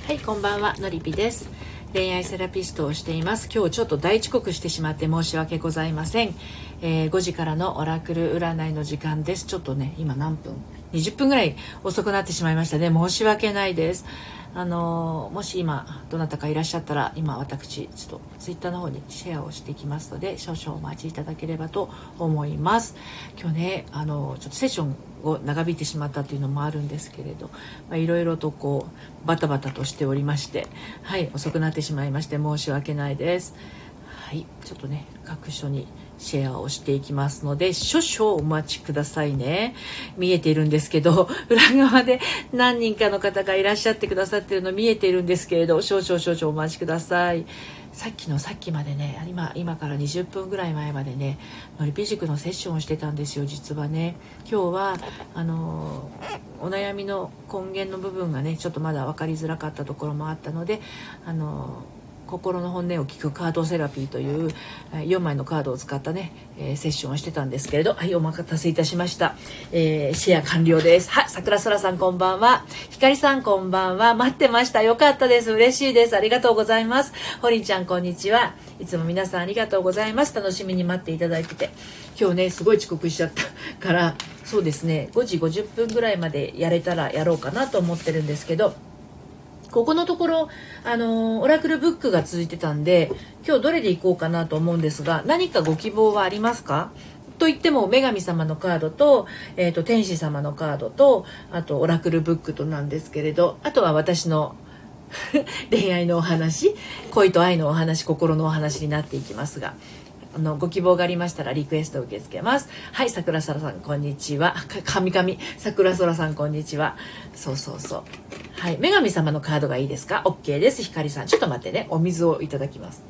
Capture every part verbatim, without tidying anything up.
はい、こんばんは、のりぴです。恋愛セラピストをしています。今日ちょっと大遅刻してしまって申し訳ございません。えー、ごじからのオラクル占いの時間です。ちょっとね、今何分にじゅっぷんぐらい遅くなってしまいましたね。申し訳ないです。あのー、もし今どなたかいらっしゃったら、今私ちょっとツイッターの方にシェアをしていきますので、少々お待ちいただければと思います。今日ね、あのー、ちょっとセッションを長引いてしまったというのもあるんですけれど、まあ、いろいろとこうバタバタとしておりまして、はい、遅くなってしまいまして申し訳ないです。はい、ちょっとね、各所にシェアをしていきますので、少々お待ちくださいね。見えているんですけど、裏側で何人かの方がいらっしゃってくださっているの見えているんですけれど、少々少々お待ちください。さっきのさっきまでね、今今からにじゅっぷんぐらい前までね、のりぴ塾のセッションをしてたんですよ。実はね、今日はあのお悩みの根源の部分がね、ちょっとまだ分かりづらかったところもあったので、あの心の本音を聞くカードセラピーというよんまいのカードを使ったね、えー、セッションをしてたんですけれど、はい、お待たせいたしました。えー、シェア完了です。はい、桜空さんこんばんは。ひかりさんこんばんは。待ってました。よかったです。嬉しいです。ありがとうございます。ほりんちゃんこんにちは。いつも皆さんありがとうございます。楽しみに待っていただいてて、今日ねすごい遅刻しちゃったから、そうですね、ごじごじゅっぷんぐらいまでやれたらやろうかなと思ってるんですけど、ここのところ、あのー、オラクルブックが続いてたんで、今日どれでいこうかなと思うんですが、何かご希望はありますか？と言っても、女神様のカードと、えーと、天使様のカードと、あとオラクルブックとなんですけれど、あとは私の恋愛のお話、恋と愛のお話、心のお話になっていきますが、あのご希望がありましたらリクエストを受け付けます。はい、桜空さんこんにちは。かみかみ桜空さんこんにちは。そうそうそう。はい、女神様のカードがいいですか？ OK です。ひかりさんちょっと待ってね、お水をいただきます。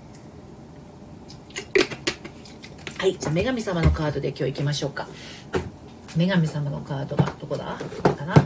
はい、じゃあ女神様のカードで今日行きましょうか。女神様のカードはどこだかな。はい、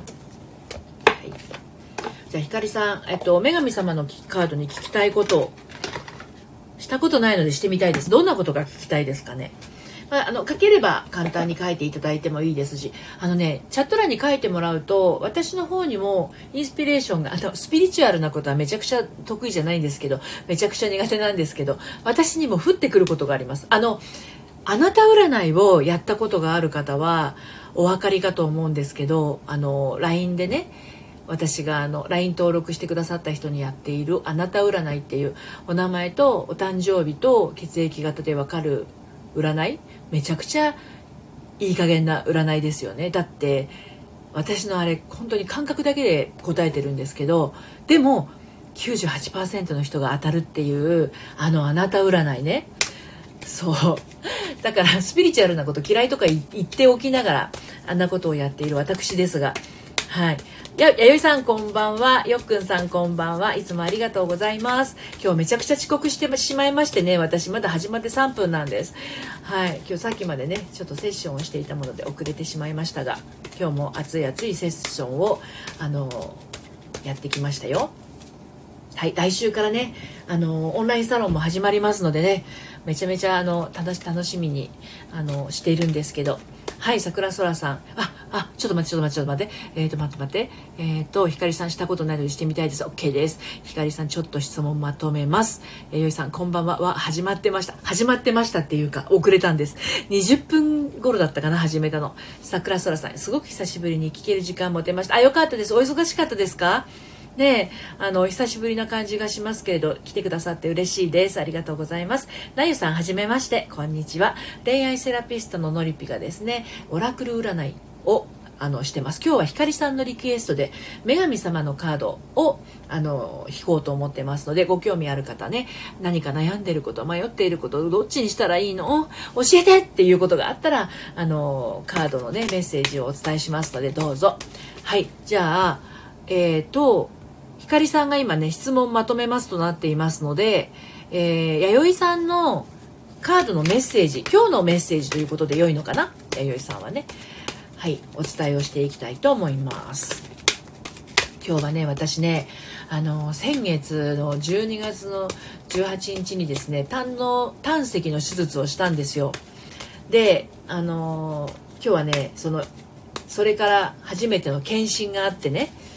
じゃあひかりさん、えっと女神様のカードに聞きたいことを、したことないのでしてみたいです。どんなことが聞きたいですかね。まあ、あの書ければ簡単に書いていただいてもいいですし、あのね、チャット欄に書いてもらうと私の方にもインスピレーションが、あのスピリチュアルなことはめちゃくちゃ得意じゃないんですけど、めちゃくちゃ苦手なんですけど、私にも降ってくることがあります。あのあなた占いをやったことがある方はお分かりかと思うんですけど、あの ライン でね、私があの ライン 登録してくださった人にやっているあなた占いっていう、お名前とお誕生日と血液型でわかる占い、めちゃくちゃいい加減な占いですよね。だって私のあれ本当に感覚だけで答えてるんですけど、でも きゅうじゅうはちパーセント の人が当たるっていうあのあなた占いね。そうだからスピリチュアルなこと嫌いとか言っておきながらあんなことをやっている私ですが、はい、や弥生さんこんばんは。よっくんさんこんばんは。いつもありがとうございます。今日めちゃくちゃ遅刻してしまいましてね、私まだ始まってさんぷんなんです。はい、今日さっきまでねちょっとセッションをしていたもので遅れてしまいましたが、今日も熱い熱いセッションをあのやってきましたよ。はい、来週からねあのオンラインサロンも始まりますのでね、めちゃめちゃあの楽し楽しみにあのしているんですけど、はい、桜空さん、ああちょっと待ってちょっと待ってちょっと待ってえっ、ー、と待って待ってえっ、ー、とひかりさんしたことないのでしてみたいです。 OK です。ひかりさんちょっと質問まとめます。えー、よいさんこんばんは。は始まってました始まってましたっていうか遅れたんです。にじゅっぷん頃だったかな始めたの。桜空さんすごく久しぶりに聞ける時間持てました。あよかったです。お忙しかったですかね。あの久しぶりな感じがしますけれど、来てくださって嬉しいです。ありがとうございます。なゆさんはじめまして、こんにちは。恋愛セラピストののりぴがですね、オラクル占いをあのしてます。今日はひかりさんのリクエストで女神様のカードをあの引こうと思ってますので、ご興味ある方ね、何か悩んでること、迷っていること、どっちにしたらいいの教えてっていうことがあったら、あのカードのねメッセージをお伝えしますのでどうぞ。はい、じゃあえーとひかりさんが今ね質問まとめますとなっていますので、えー、弥生さんのカードのメッセージ、今日のメッセージということで良いのかな、弥生さんはね。はい、お伝えをしていきたいと思います。今日はね私ねあの先月のじゅうにがつのじゅうはちにちにですね、胆の胆石の手術をしたんですよ。であの今日はねそのそれから初めての検診があってね、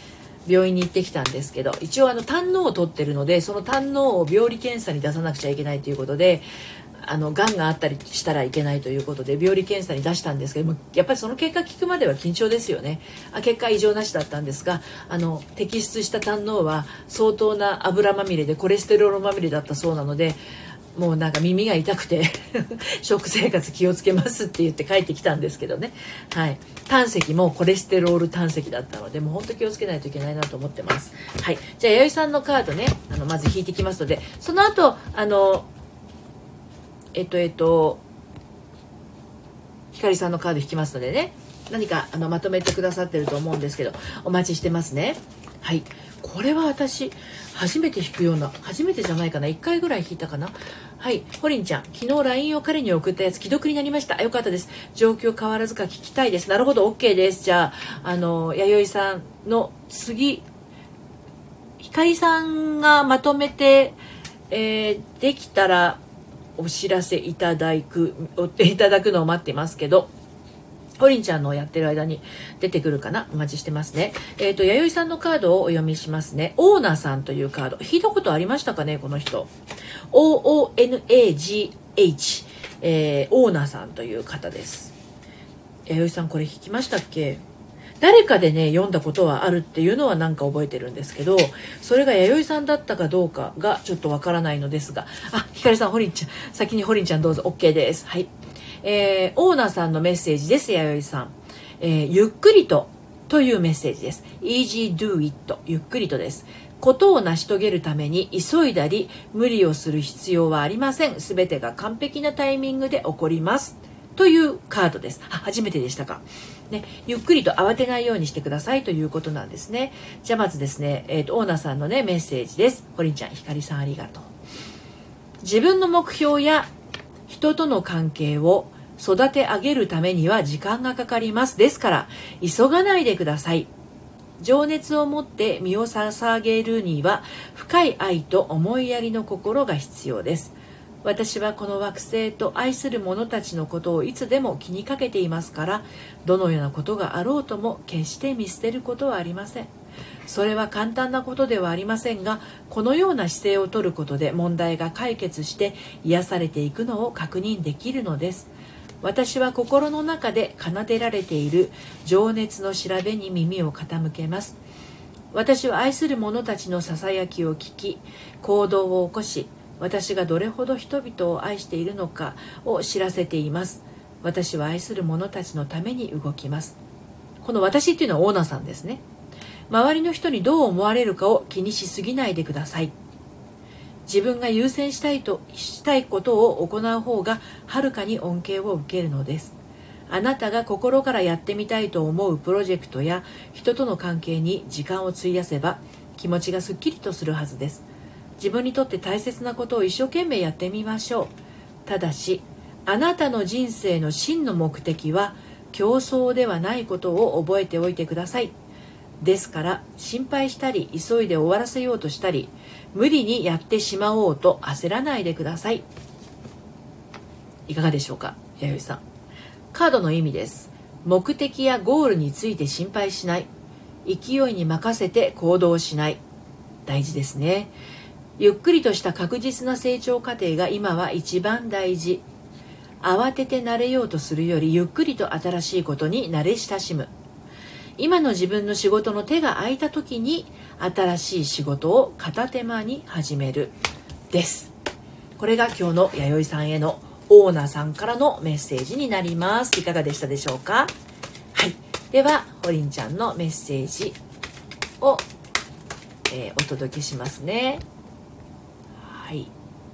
病院に行ってきたんですけど、一応あの胆のうを取ってるので、その胆のうを病理検査に出さなくちゃいけないということで、あのがんがあったりしたらいけないということで病理検査に出したんですけども、やっぱりその結果聞くまでは緊張ですよね。あ結果異常なしだったんですが、あの摘出した胆のうは相当な油まみれでコレステロールまみれだったそうなので、もうなんか耳が痛くて食生活気をつけますって言って帰ってきたんですけどね。はい、胆石もコレステロール胆石だったので、もう本当気をつけないといけないなと思ってます。はい、じゃあ弥生さんのカードね、あのまず引いてきますので、その後あのえっとえっとひかりさんのカード引きますのでね、何かあのまとめてくださってると思うんですけど、お待ちしてますね。はい、これは私初めて引くような、初めてじゃないかな、いっかいぐらい引いたかな。はい、ホリンちゃん、昨日 ライン を彼に送ったやつ既読になりました。よかったです。状況変わらずか聞きたいです。なるほど、 OK です。じゃああの弥生さんの次、ひかりさんがまとめて、えー、できたらお知らせいただくいただくのを待ってますけど、ホリンちゃんのやってる間に出てくるかな、お待ちしてますね。えっと弥生さんのカードをお読みしますね。オーナさんというカード、引いたことありましたかね、この人。 オーオーエヌエージーエイチ、えー、オーナさんという方です。弥生さんこれ引きましたっけ？誰かでね読んだことはあるっていうのはなんか覚えてるんですけど、それが弥生さんだったかどうかがちょっとわからないのですが、あ、ひかりさん、ホリンちゃん先にホリンちゃんどうぞ。 OK です。はい、えー、オーナーさんのメッセージです。弥生さん、えー、ゆっくりとというメッセージです。 Easy do it、 ゆっくりとです。ことを成し遂げるために急いだり無理をする必要はありません。すべてが完璧なタイミングで起こりますというカードです。あ、初めてでしたかね。ゆっくりと慌てないようにしてくださいということなんですね。じゃあまずですね、えーと、オーナーさんのねメッセージです。ホリンちゃん、ひかりさんありがとう。自分の目標や人との関係を育て上げるためには時間がかかります。ですから急がないでください。情熱を持って身を捧げるには深い愛と思いやりの心が必要です。私はこの惑星と愛する者たちのことをいつでも気にかけていますから、どのようなことがあろうとも決して見捨てることはありません。それは簡単なことではありませんが、このような姿勢をとることで問題が解決して癒されていくのを確認できるのです。私は心の中で奏でられている情熱の調べに耳を傾けます。私は愛する者たちのささやきを聞き、行動を起こし、私がどれほど人々を愛しているのかを知らせています。私は愛する者たちのために動きます。この私っていうのはオーナーさんですね。周りの人にどう思われるかを気にしすぎないでください。自分が優先したいとしたいことを行う方がはるかに恩恵を受けるのです。あなたが心からやってみたいと思うプロジェクトや人との関係に時間を費やせば気持ちがすっきりとするはずです。自分にとって大切なことを一生懸命やってみましょう。ただし、あなたの人生の真の目的は競争ではないことを覚えておいてください。ですから心配したり急いで終わらせようとしたり無理にやってしまおうと焦らないでください。いかがでしょうか、弥生さん。カードの意味です。目的やゴールについて心配しない。勢いに任せて行動しない。大事ですね。ゆっくりとした確実な成長過程が今は一番大事。慌てて慣れようとするよりゆっくりと新しいことに慣れ親しむ。今の自分の仕事の手が空いた時に新しい仕事を片手間に始めるです。これが今日の弥生さんへのオーナーさんからのメッセージになります。いかがでしたでしょうか。はい、ではホリンちゃんのメッセージを、えー、お届けしますね。はい、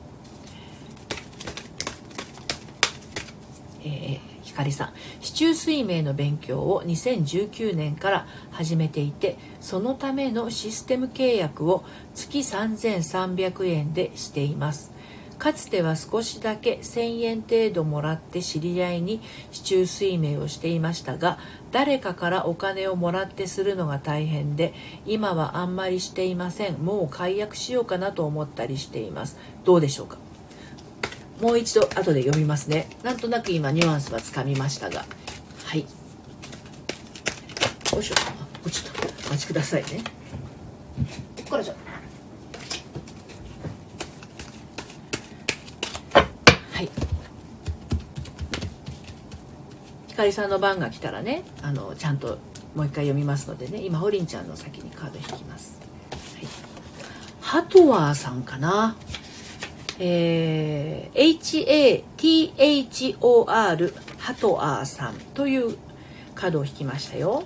えーひかりさん、四柱推命の勉強をにせんじゅうきゅうねんから始めていて、そのためのシステム契約を月さんぜんさんびゃくえんでしています。かつては少しだけせんえん程度もらって知り合いに四柱推命をしていましたが、誰かからお金をもらってするのが大変で、今はあんまりしていません。もう解約しようかなと思ったりしています。どうでしょうか。もう一度後で読みますね。なんとなく今ニュアンスはつかみましたが、はい。よいしょ。あ、ちょっとお待ちくださいね。 これじゃはい。ひかりさんの番が来たらね、あのちゃんともう一回読みますのでね、今ほりんちゃんの先にカード引きます。はい、ハトワーさんかな。えー、エイチエーティーエイチオーアール ハトワーさんというカードを引きましたよ。はい、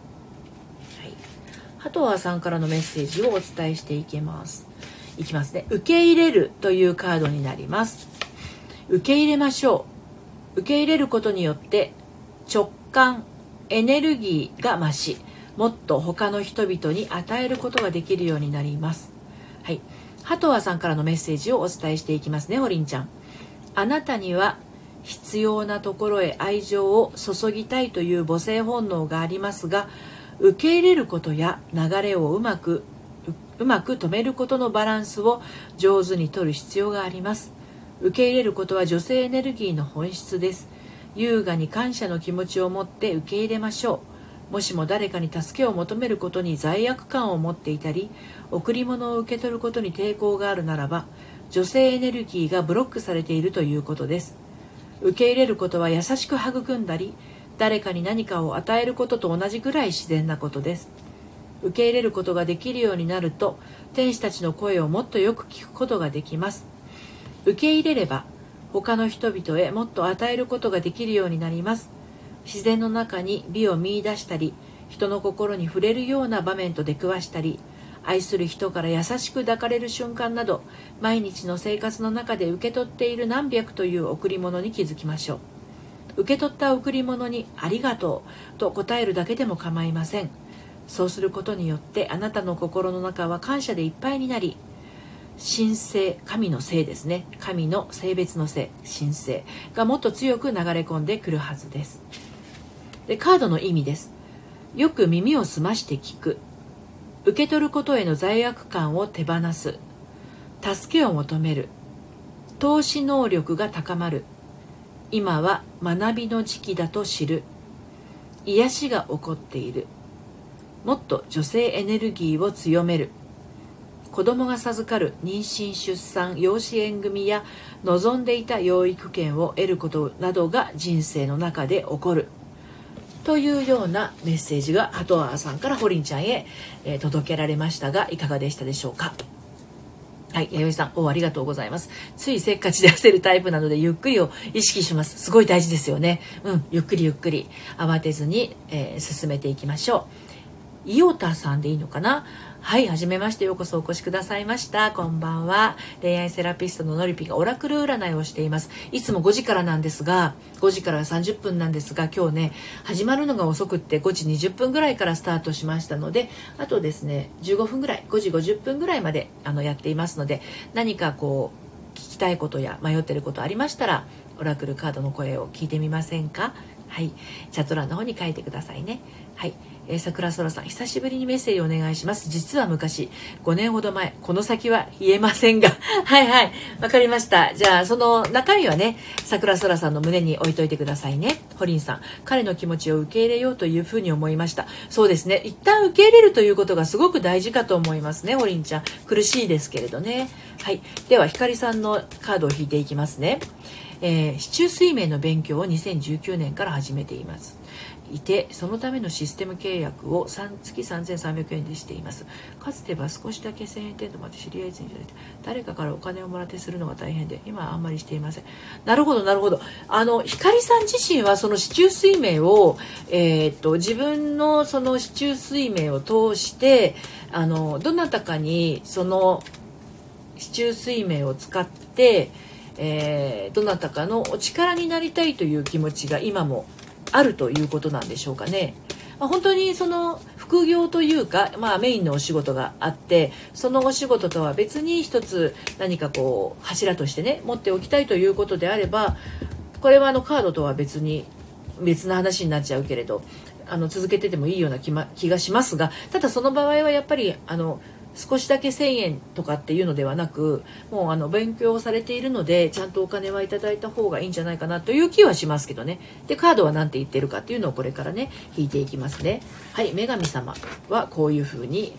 ハトワーさんからのメッセージをお伝えしていきますいきますね。受け入れるというカードになります。受け入れましょう。受け入れることによって直感、エネルギーが増し、もっと他の人々に与えることができるようになります。はい、ハトワーさんからのメッセージをお伝えしていきますね。ほりんちゃん、あなたには必要なところへ愛情を注ぎたいという母性本能がありますが、受け入れることや流れをうまくうまく止めることのバランスを上手に取る必要があります。受け入れることは女性エネルギーの本質です。優雅に感謝の気持ちを持って受け入れましょう。もしも誰かに助けを求めることに罪悪感を持っていたり、贈り物を受け取ることに抵抗があるならば、女性エネルギーがブロックされているということです。受け入れることは優しく育んだり、誰かに何かを与えることと同じぐらい自然なことです。受け入れることができるようになると、天使たちの声をもっとよく聞くことができます。受け入れれば、他の人々へもっと与えることができるようになります。自然の中に美を見出したり、人の心に触れるような場面と出くわしたり、愛する人から優しく抱かれる瞬間など、毎日の生活の中で受け取っている何百という贈り物に気づきましょう。受け取った贈り物にありがとうと答えるだけでも構いません。そうすることによってあなたの心の中は感謝でいっぱいになり、神性、神の性ですね、神の性別の性、神性がもっと強く流れ込んでくるはずです。で、カードの意味です。よく耳を澄まして聞く、受け取ることへの罪悪感を手放す、助けを求める、投資能力が高まる、今は学びの時期だと知る、癒しが起こっている、もっと女性エネルギーを強める、子供が授かる妊娠出産養子縁組や望んでいた養育権を得ることなどが人生の中で起こるというようなメッセージがハトワーさんからホリンちゃんへ、えー、届けられましたが、いかがでしたでしょうか。はい、弥生さん、おありがとうございます。ついせっかちで焦るタイプなのでゆっくりを意識します。すごい大事ですよね。うん、ゆっくりゆっくり慌てずに、えー、進めていきましょう。伊オタさんでいいのかな。はい、はじめまして、ようこそお越しくださいました。こんばんは。恋愛セラピストののりぴがオラクル占いをしています。いつもごじからなんですが、ごじからさんじゅっぷんなんですが、今日ね始まるのが遅くってごじにじゅっぷんぐらいからスタートしましたので、あとですねじゅうごふんぐらい、ごじごじゅっぷんぐらいまであのやっていますので、何かこう聞きたいことや迷っていることありましたら、オラクルカードの声を聞いてみませんか。はい、チャット欄の方に書いてくださいね。はい、えー、桜空さん、久しぶりにメッセージお願いします。実は昔ごねんほど前、この先は言えませんがはいはい、わかりました。じゃあその中身はね、桜空さんの胸に置いといてくださいね。ホリンさん、彼の気持ちを受け入れようというふうに思いました。そうですね、一旦受け入れるということがすごく大事かと思いますね。ホリンちゃん、苦しいですけれどね。はい、ではひかりさんのカードを引いていきますね。えー、市中水明の勉強をにせんじゅうきゅうねんから始めていますいて、そのためのシステム契約を月さんぜんさんびゃくえんでしています。かつては少しだけせんえん程度まで知り合いずにいただいて、誰かからお金をもらってするのが大変で、今はあんまりしていません。なるほどなるほど。あのひかりさん自身はその市中水明を、えー、っと自分のその市中水明を通して、あのどなたかにその市中水明を使ってえー、どなたかのお力になりたいという気持ちが今もあるということなんでしょうかね。まあ、本当にその副業というか、まあ、メインのお仕事があって、そのお仕事とは別に一つ何かこう柱としてね持っておきたいということであれば、これはあのカードとは別に別な話になっちゃうけれど、あの続けててもいいような気、ま、気がしますが、ただその場合はやっぱりあの少しだけせんえんとかっていうのではなく、もうあの勉強されているのでちゃんとお金はいただいた方がいいんじゃないかなという気はしますけどね。で、カードは何て言ってるかっていうのをこれからね引いていきますね。はい、女神様はこういう風に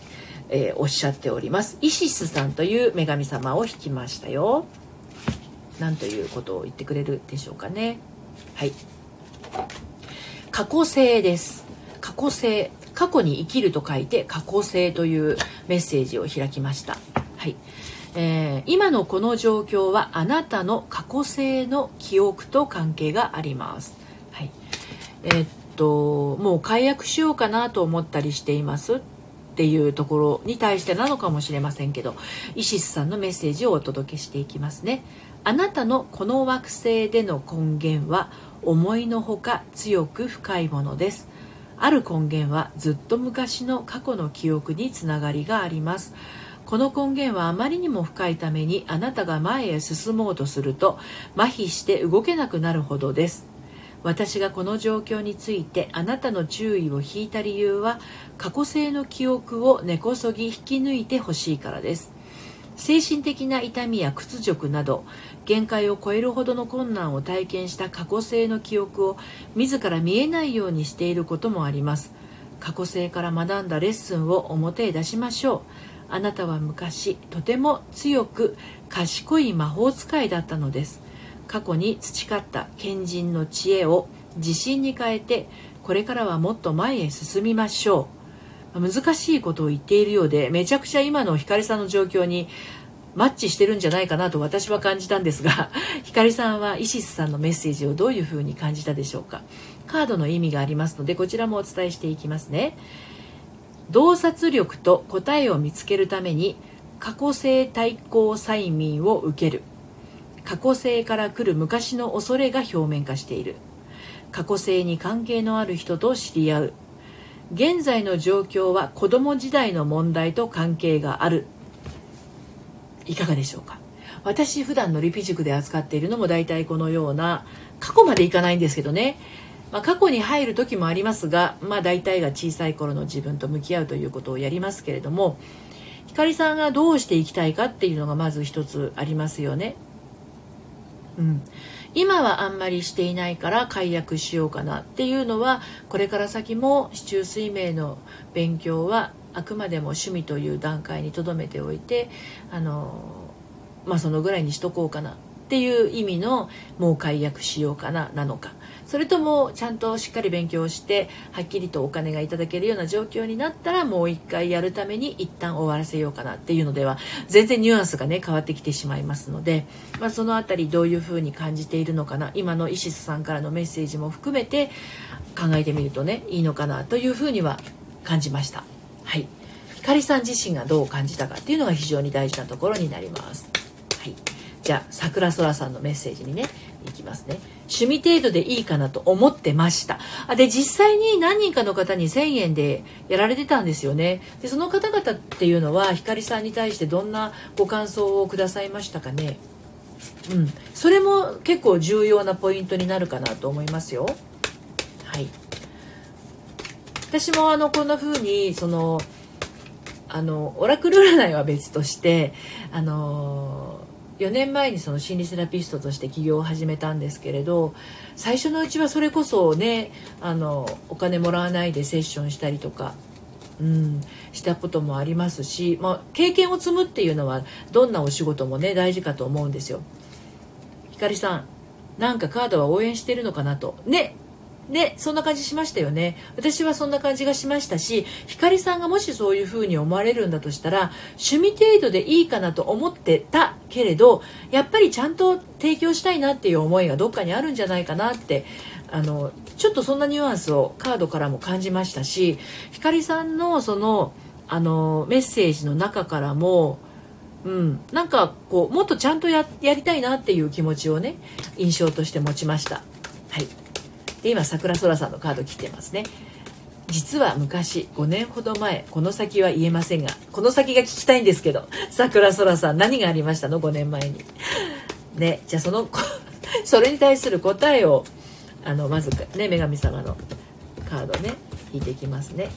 えー、おっしゃっております。イシスさんという女神様を引きましたよ。何ということを言ってくれるでしょうかね。はい。過去形です。過去形、過去に生きると書いて過去形というメッセージを開きました。はい。えー、今のこの状況はあなたの過去形の記憶と関係があります。はい。えー、っともう解約しようかなと思ったりしていますっていうところに対してなのかもしれませんけど、イシスさんのメッセージをお届けしていきますね。あなたのこの惑星での根源は思いのほか強く深いものです。ある根源はずっと昔の過去の記憶につながりがあります。この根源はあまりにも深いために、あなたが前へ進もうとすると麻痺して動けなくなるほどです。私がこの状況についてあなたの注意を引いた理由は、過去性の記憶を根こそぎ引き抜いてほしいからです。精神的な痛みや屈辱など限界を超えるほどの困難を体験した過去性の記憶を自ら見えないようにしていることもあります。過去性から学んだレッスンを表へ出しましょう。あなたは昔とても強く賢い魔法使いだったのです。過去に培った賢人の知恵を自信に変えて、これからはもっと前へ進みましょう。難しいことを言っているようで、めちゃくちゃ今の光さんの状況にマッチしてるんじゃないかなと私は感じたんですが、光さんはイシスさんのメッセージをどういうふうに感じたでしょうか。カードの意味がありますので、こちらもお伝えしていきますね。洞察力と答えを見つけるために過去性対抗催眠を受ける。過去性から来る昔の恐れが表面化している。過去性に関係のある人と知り合う。現在の状況は子供時代の問題と関係がある。いかがでしょうか。私普段のリピ塾で扱っているのも大体このような、過去までいかないんですけどね、まあ、過去に入る時もありますが、まあ、大体が小さい頃の自分と向き合うということをやりますけれども、光さんがどうしていきたいかっていうのがまず一つありますよね。うん、今はあんまりしていないから解約しようかなっていうのは、これから先も四柱推命の勉強はあくまでも趣味という段階に留めておいて、あのまあそのぐらいにしとこうかなっていう意味のもう解約しようかななのか、それともちゃんとしっかり勉強してはっきりとお金がいただけるような状況になったらもう一回やるために一旦終わらせようかなっていうのでは全然ニュアンスがね変わってきてしまいますので、まあ、そのあたりどういうふうに感じているのかな、今のイシスさんからのメッセージも含めて考えてみるとねいいのかなというふうには感じました。はい、光さん自身がどう感じたかっていうのが非常に大事なところになります。はい、じゃあ桜空さんのメッセージにねいきますね。趣味程度でいいかなと思ってました。あで実際に何人かの方にせんえんでやられてたんですよね。でその方々っていうのは光さんに対してどんなご感想をくださいましたかね。うん、それも結構重要なポイントになるかなと思いますよ。はい、私もあのこんな風にそのあのオラクル占いは別としてあのよねんまえにその心理セラピストとして起業を始めたんですけれど、最初のうちはそれこそねあのお金もらわないでセッションしたりとか、うん、したこともありますし、まあ、経験を積むっていうのはどんなお仕事もね大事かと思うんですよ。光さんなんかカードは応援してるのかなとねね、そんな感じしましたよね。私はそんな感じがしましたし、光さんがもしそういう風に思われるんだとしたら趣味程度でいいかなと思ってたけれど、やっぱりちゃんと提供したいなっていう思いがどっかにあるんじゃないかなって、あのちょっとそんなニュアンスをカードからも感じましたし、光さんのそのあのメッセージの中からもうん、なんかこうもっとちゃんと や, やりたいなっていう気持ちをね印象として持ちました。はい、で今桜空さんのカード切ってますね。実は昔ごねんほど前、この先は言えませんがこの先が聞きたいんですけど、桜空さん何がありましたのごねんまえにね。じゃあそのそれに対する答えをあのまずね女神様のカードね引いていきますね。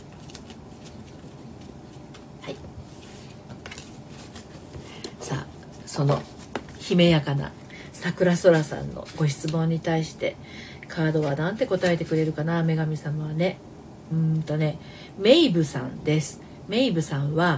はい、さあその姫やかな桜空さんのご質問に対してカードはなんて答えてくれるかな、女神様はね。うーんとねメイブさんです。メイブさんは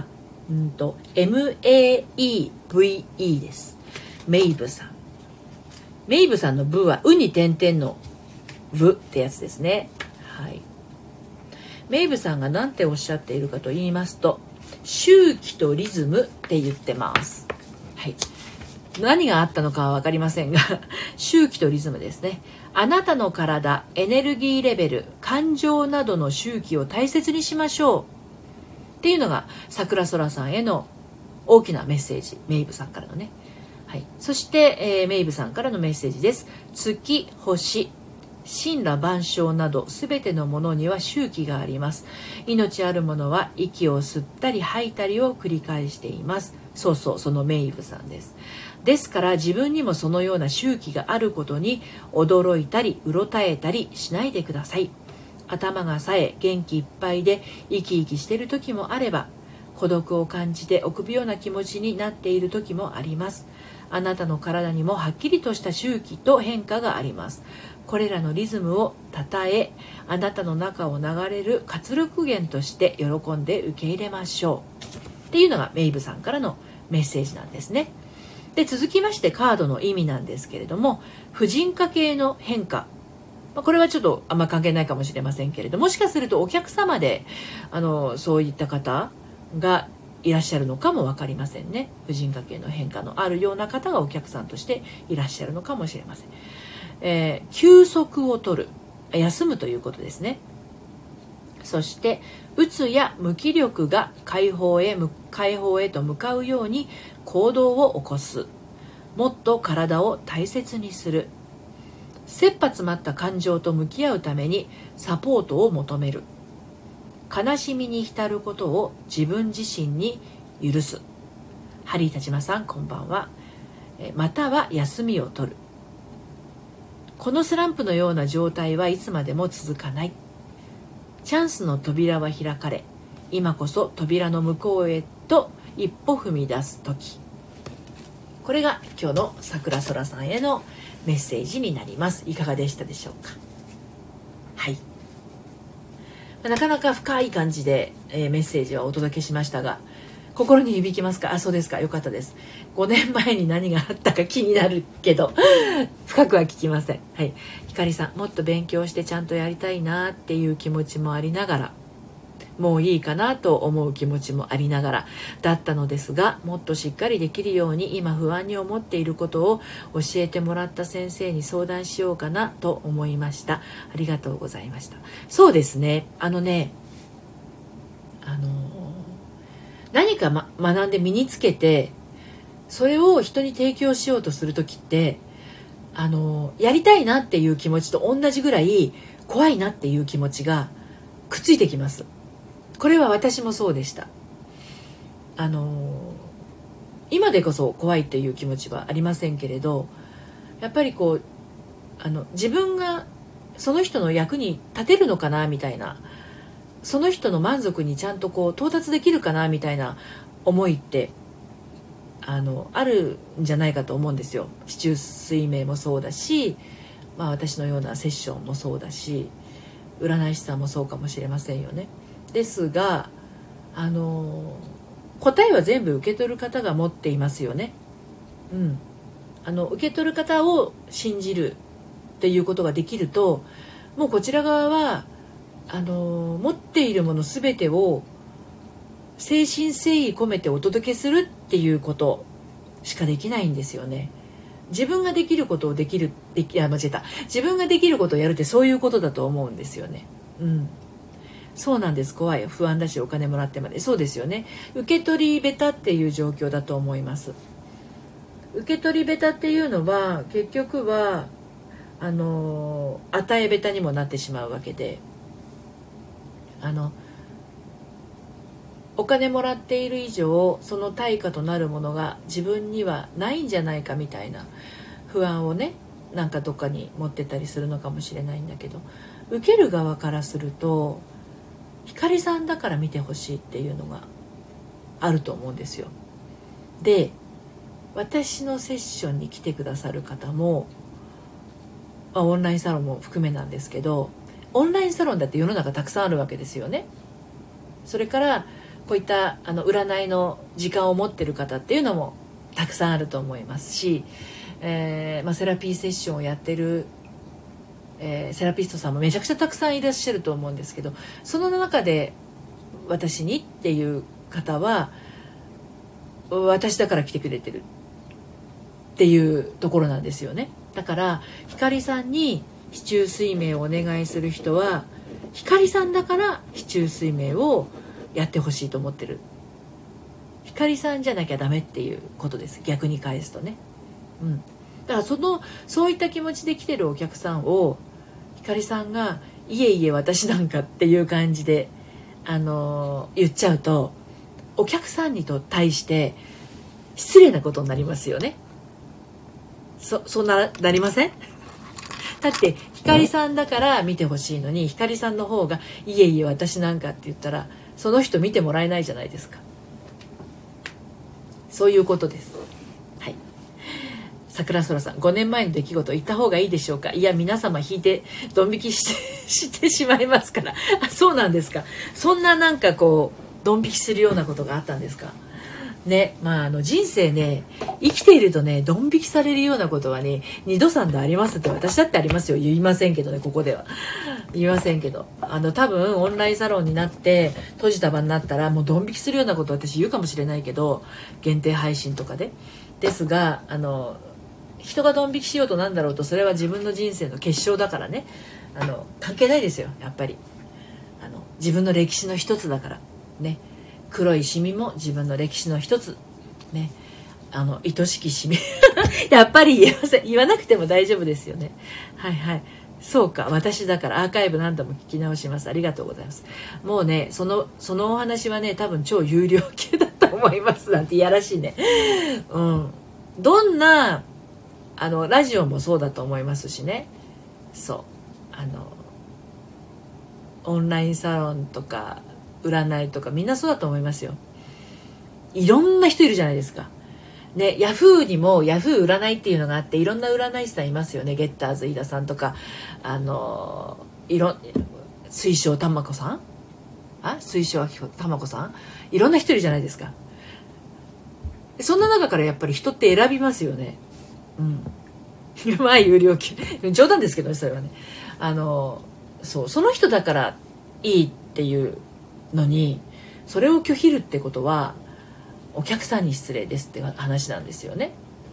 うんと エムエーイーブイイー です。メイブさん。メイブさんのブはウに点々のブってやつですね。はい。メイブさんが何ておっしゃっているかと言いますと、周期とリズムって言ってます。はい。何があったのかは分かりませんが周期とリズムですね。あなたの体、エネルギーレベル、感情などの周期を大切にしましょうっていうのが桜空さんへの大きなメッセージ、メイブさんからのね。はい、そして、えー、メイブさんからのメッセージです。月、星、神羅万象などすべてのものには周期があります。命あるものは息を吸ったり吐いたりを繰り返しています。そうそう、そのメイブさんです。ですから自分にもそのような周期があることに驚いたりうろたえたりしないでください。頭が冴え元気いっぱいで生き生きしている時もあれば、孤独を感じて臆病な気持ちになっている時もあります。あなたの体にもはっきりとした周期と変化があります。これらのリズムをたたえ、あなたの中を流れる活力源として喜んで受け入れましょうっていうのがメイブさんからのメッセージなんですね。で、続きましてカードの意味なんですけれども、婦人科系の変化、これはちょっとあんま関係ないかもしれませんけれども、もしかするとお客様であのそういった方がいらっしゃるのかも分かりませんね。婦人科系の変化のあるような方がお客さんとしていらっしゃるのかもしれません。えー、休息を取る、休むということですね。そしてうつや無気力が解放へ解放へと向かうように行動を起こす。もっと体を大切にする。切羽詰まった感情と向き合うためにサポートを求める。悲しみに浸ることを自分自身に許す。ハリー田島さん、こんばんは。または休みを取る。このスランプのような状態はいつまでも続かない。チャンスの扉は開かれ、今こそ扉の向こうへと一歩踏み出す時。これが今日の桜空さんへのメッセージになります。いかがでしたでしょうか。はい。なかなか深い感じで、えー、メッセージはお届けしましたが、心に響きますか？あ、そうですか。よかったです。ごねんまえに何があったか気になるけど深くは聞きません。はい。ひかりさん、もっと勉強してちゃんとやりたいなっていう気持ちもありながら、もういいかなと思う気持ちもありながらだったのですが、もっとしっかりできるように今不安に思っていることを教えてもらった先生に相談しようかなと思いました。ありがとうございました。そうですね。あのね、あの何か、ま、学んで身につけてそれを人に提供しようとする時ってあのやりたいなっていう気持ちと同じぐらい怖いなっていう気持ちがくっついてきます。これは私もそうでした。あの今でこそ怖いっていう気持ちはありませんけれど、やっぱりこうあの自分がその人の役に立てるのかなみたいな、その人の満足にちゃんとこう到達できるかなみたいな思いってあのあるんじゃないかと思うんですよ。四柱推命もそうだし、まあ、私のようなセッションもそうだし、占い師さんもそうかもしれませんよね。ですがあの答えは全部受け取る方が持っていますよね。うん、あの受け取る方を信じるっていうことができると、もうこちら側はあの持っているもの全てを誠心誠意込めてお届けするっていうことしかできないんですよね。自分ができることをできるできあ間違えた自分ができることをやるってそういうことだと思うんですよね。うん、そうなんです。怖い、不安だしお金もらってまで、そうですよね。受け取り下手っていう状況だと思います。受け取り下手っていうのは結局はあの与え下手にもなってしまうわけで、あのお金もらっている以上その対価となるものが自分にはないんじゃないかみたいな不安をね、なんかどっかに持ってたりするのかもしれないんだけど、受ける側からすると光さんだから見てほしいっていうのがあると思うんですよ。で、私のセッションに来てくださる方も、まあ、オンラインサロンも含めなんですけど、オンラインサロンだって世の中たくさんあるわけですよね。それからこういったあの占いの時間を持ってる方っていうのもたくさんあると思いますし、えーまあ、セラピーセッションをやってる、えー、セラピストさんもめちゃくちゃたくさんいらっしゃると思うんですけど、その中で私にっていう方は私だから来てくれてるっていうところなんですよね。だからひかりさんに四柱推命をお願いする人はひかりさんだから四柱推命をやってほしいと思ってる。ひかりさんじゃなきゃダメっていうことです。逆に返すとね、うん、だからそのそういった気持ちで来てるお客さんをひかりさんがいえいえ私なんかっていう感じで、あのー、言っちゃうとお客さんにと対して失礼なことになりますよね。そ, そんななりません？だってひかりさんだから見てほしいのにひかりさんの方がいえいえ私なんかって言ったらその人見てもらえないじゃないですか。そういうことです。はい。桜空さん、ごねんまえの出来事言った方がいいでしょうか。いや皆様引いてドン引きしてしてしまいますから。あ、そうなんですか。そんななんかこうドン引きするようなことがあったんですかね。まあ、あの人生ね生きているとねドン引きされるようなことはね二度三度ありますって。私だってありますよ。言いませんけどね、ここでは言いませんけど、あの多分オンラインサロンになって閉じた場になったらもうドン引きするようなこと私言うかもしれないけど、限定配信とかでですが、あの人がドン引きしようとなんだろうとそれは自分の人生の結晶だからね、あの関係ないですよ。やっぱりあの自分の歴史の一つだからね。黒いシミも自分の歴史の一つね。あの愛しきシミやっぱり言えません。言わなくても大丈夫ですよね。はいはい、そうか、私だからアーカイブ何度も聞き直します。ありがとうございます。もうねそのそのお話はね多分超有料級だと思いますなんていやらしいね。うん、どんなあのラジオもそうだと思いますしね。そうあのオンラインサロンとか占いとかみんなそうだと思いますよ。いろんな人いるじゃないですかね。ヤフーにもヤフー占いっていうのがあっていろんな占い師さんいますよね。ゲッターズ飯田さんとかあのいろ水晶玉子さんあ水晶玉子さんいろんな人いるじゃないですか。そんな中からやっぱり人って選びますよね。うんまあ有料級冗談ですけどねそれはね。あのそうその人だからいいっていうのにそれを拒否るってことはお客さんに失礼ですって話なんですよね。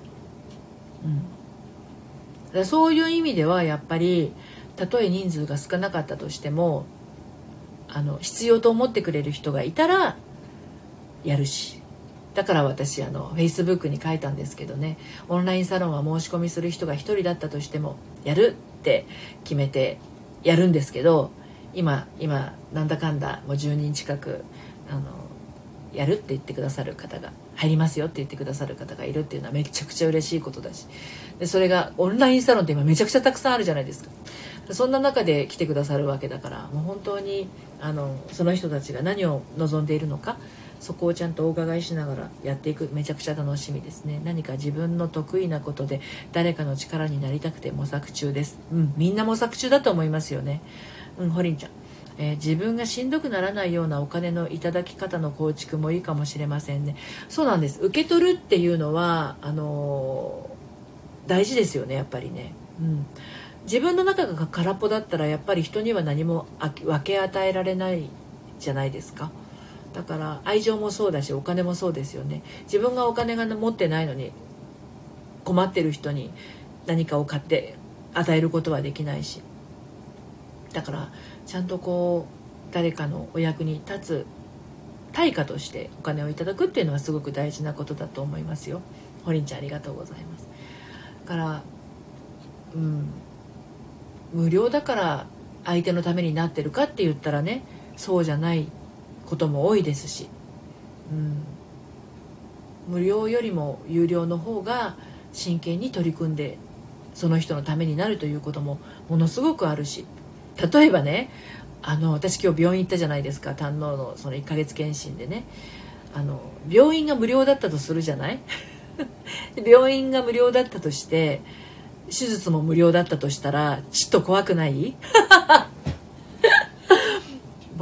うん、そういう意味ではやっぱりたとえ人数が少なかったとしてもあの必要と思ってくれる人がいたらやるし、だから私あの Facebook に書いたんですけどね、オンラインサロンは申し込みする人が一人だったとしてもやるって決めてやるんですけど、今今なんだかんだもうじゅうにん近くあのやるって言ってくださる方が入りますよって言ってくださる方がいるっていうのはめちゃくちゃ嬉しいことだし、でそれがオンラインサロンって今めちゃくちゃたくさんあるじゃないですか。そんな中で来てくださるわけだから、もう本当にあのその人たちが何を望んでいるのか、そこをちゃんとお伺いしながらやっていく、めちゃくちゃ楽しみですね。何か自分の得意なことで誰かの力になりたくて模索中です。うん、みんな模索中だと思いますよね。うん、ホリンちゃん、えー、自分がしんどくならないようなお金のいただき方の構築もいいかもしれませんね。そうなんです。受け取るっていうのはあのー、大事ですよね、やっぱりね。うん、自分の中が空っぽだったらやっぱり人には何も分け与えられないじゃないですか。だから愛情もそうだしお金もそうですよね。自分がお金が持ってないのに困ってる人に何かを買って与えることはできないし、だからちゃんとこう誰かのお役に立つ対価としてお金をいただくっていうのはすごく大事なことだと思いますよ。ホリンちゃんありがとうございます。だからうん無料だから相手のためになってるかって言ったらね、そうじゃないことも多いですし、うん、無料よりも有料の方が真剣に取り組んでその人のためになるということもものすごくあるし、例えばね、あの私今日病院行ったじゃないですか。胆のうのそのいっかげつ検診でね、あの病院が無料だったとするじゃない病院が無料だったとして手術も無料だったとしたらちょっと怖くない？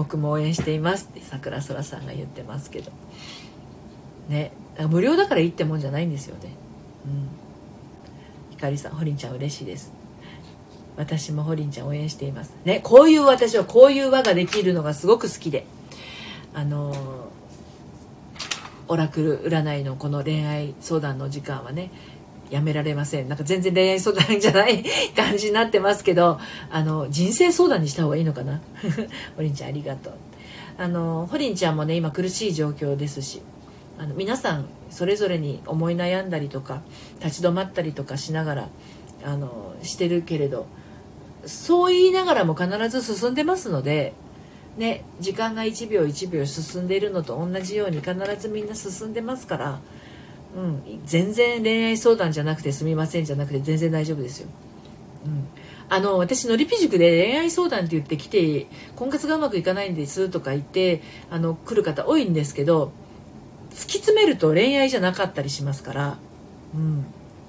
僕も応援していますって桜空さんが言ってますけどね。無料だからいいってもんじゃないんですよね。うん。ひかりさん、ほりんちゃん嬉しいです。私もほりんちゃん応援していますね。こういう私はこういう輪ができるのがすごく好きで、あのオラクル占いのこの恋愛相談の時間はねやめられません。なんか全然恋愛相談じゃない感じになってますけど、あの人生相談にした方がいいのかなほりんちゃんありがとう。あのほりんちゃんもね今苦しい状況ですし、あの皆さんそれぞれに思い悩んだりとか立ち止まったりとかしながらあのしてるけれど、そう言いながらも必ず進んでますのでね、時間がいちびょういちびょう進んでいるのと同じように必ずみんな進んでますから、うん、全然恋愛相談じゃなくてすみませんじゃなくて全然大丈夫ですよ。うん、あの私のりぴ塾で恋愛相談って言ってきて婚活がうまくいかないんですとか言ってあの来る方多いんですけど、突き詰めると恋愛じゃなかったりしますから、うん、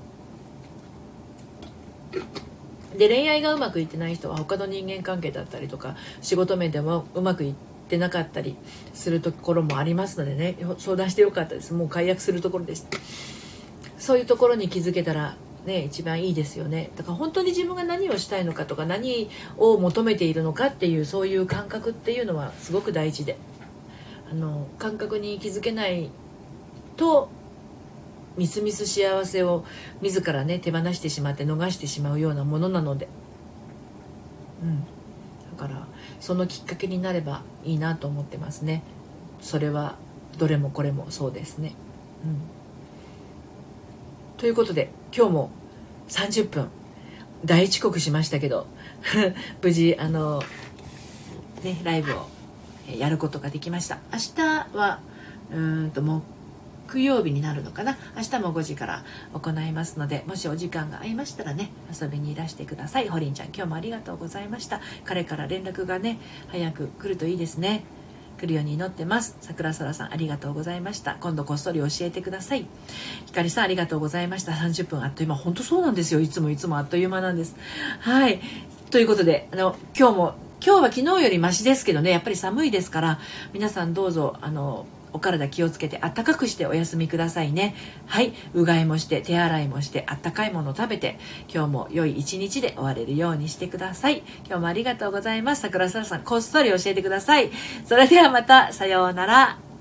で恋愛がうまくいってない人は他の人間関係だったりとか仕事面でもうまくいってなかったりするところもありますのでね、相談してよかったです。もう解約するところです。そういうところに気づけたらね一番いいですよね。だから本当に自分が何をしたいのかとか何を求めているのかっていうそういう感覚っていうのはすごく大事で、あの感覚に気づけないとみすみす幸せを自らね手放してしまって逃してしまうようなものなので、うん、だからそのきっかけになればいいなと思ってますね。それはどれもこれもそうですね、うん、ということで今日もさんじゅっぷん大遅刻しましたけど無事あの、ね、ライブをやることができました。明日はうーんと木曜日になるのかな。明日もごじから行いますので、もしお時間が合いましたらね遊びにいらしてください。ほりんちゃん今日もありがとうございました。彼から連絡がね早く来るといいですね。来るように祈ってます。桜空さんありがとうございました。今度こっそり教えてください。ひかりさんありがとうございました。さんじゅっぷんあっという間。本当そうなんですよ。いつもいつもあっという間なんです。はいということであの今日も今日は昨日よりマシですけどね、やっぱり寒いですから皆さんどうぞあのお体気をつけてあったかくしてお休みくださいね。はい、うがいもして手洗いもしてあったかいものを食べて今日も良い一日で終われるようにしてください。今日もありがとうございます。桜空さんこっそり教えてください。それではまたさようなら。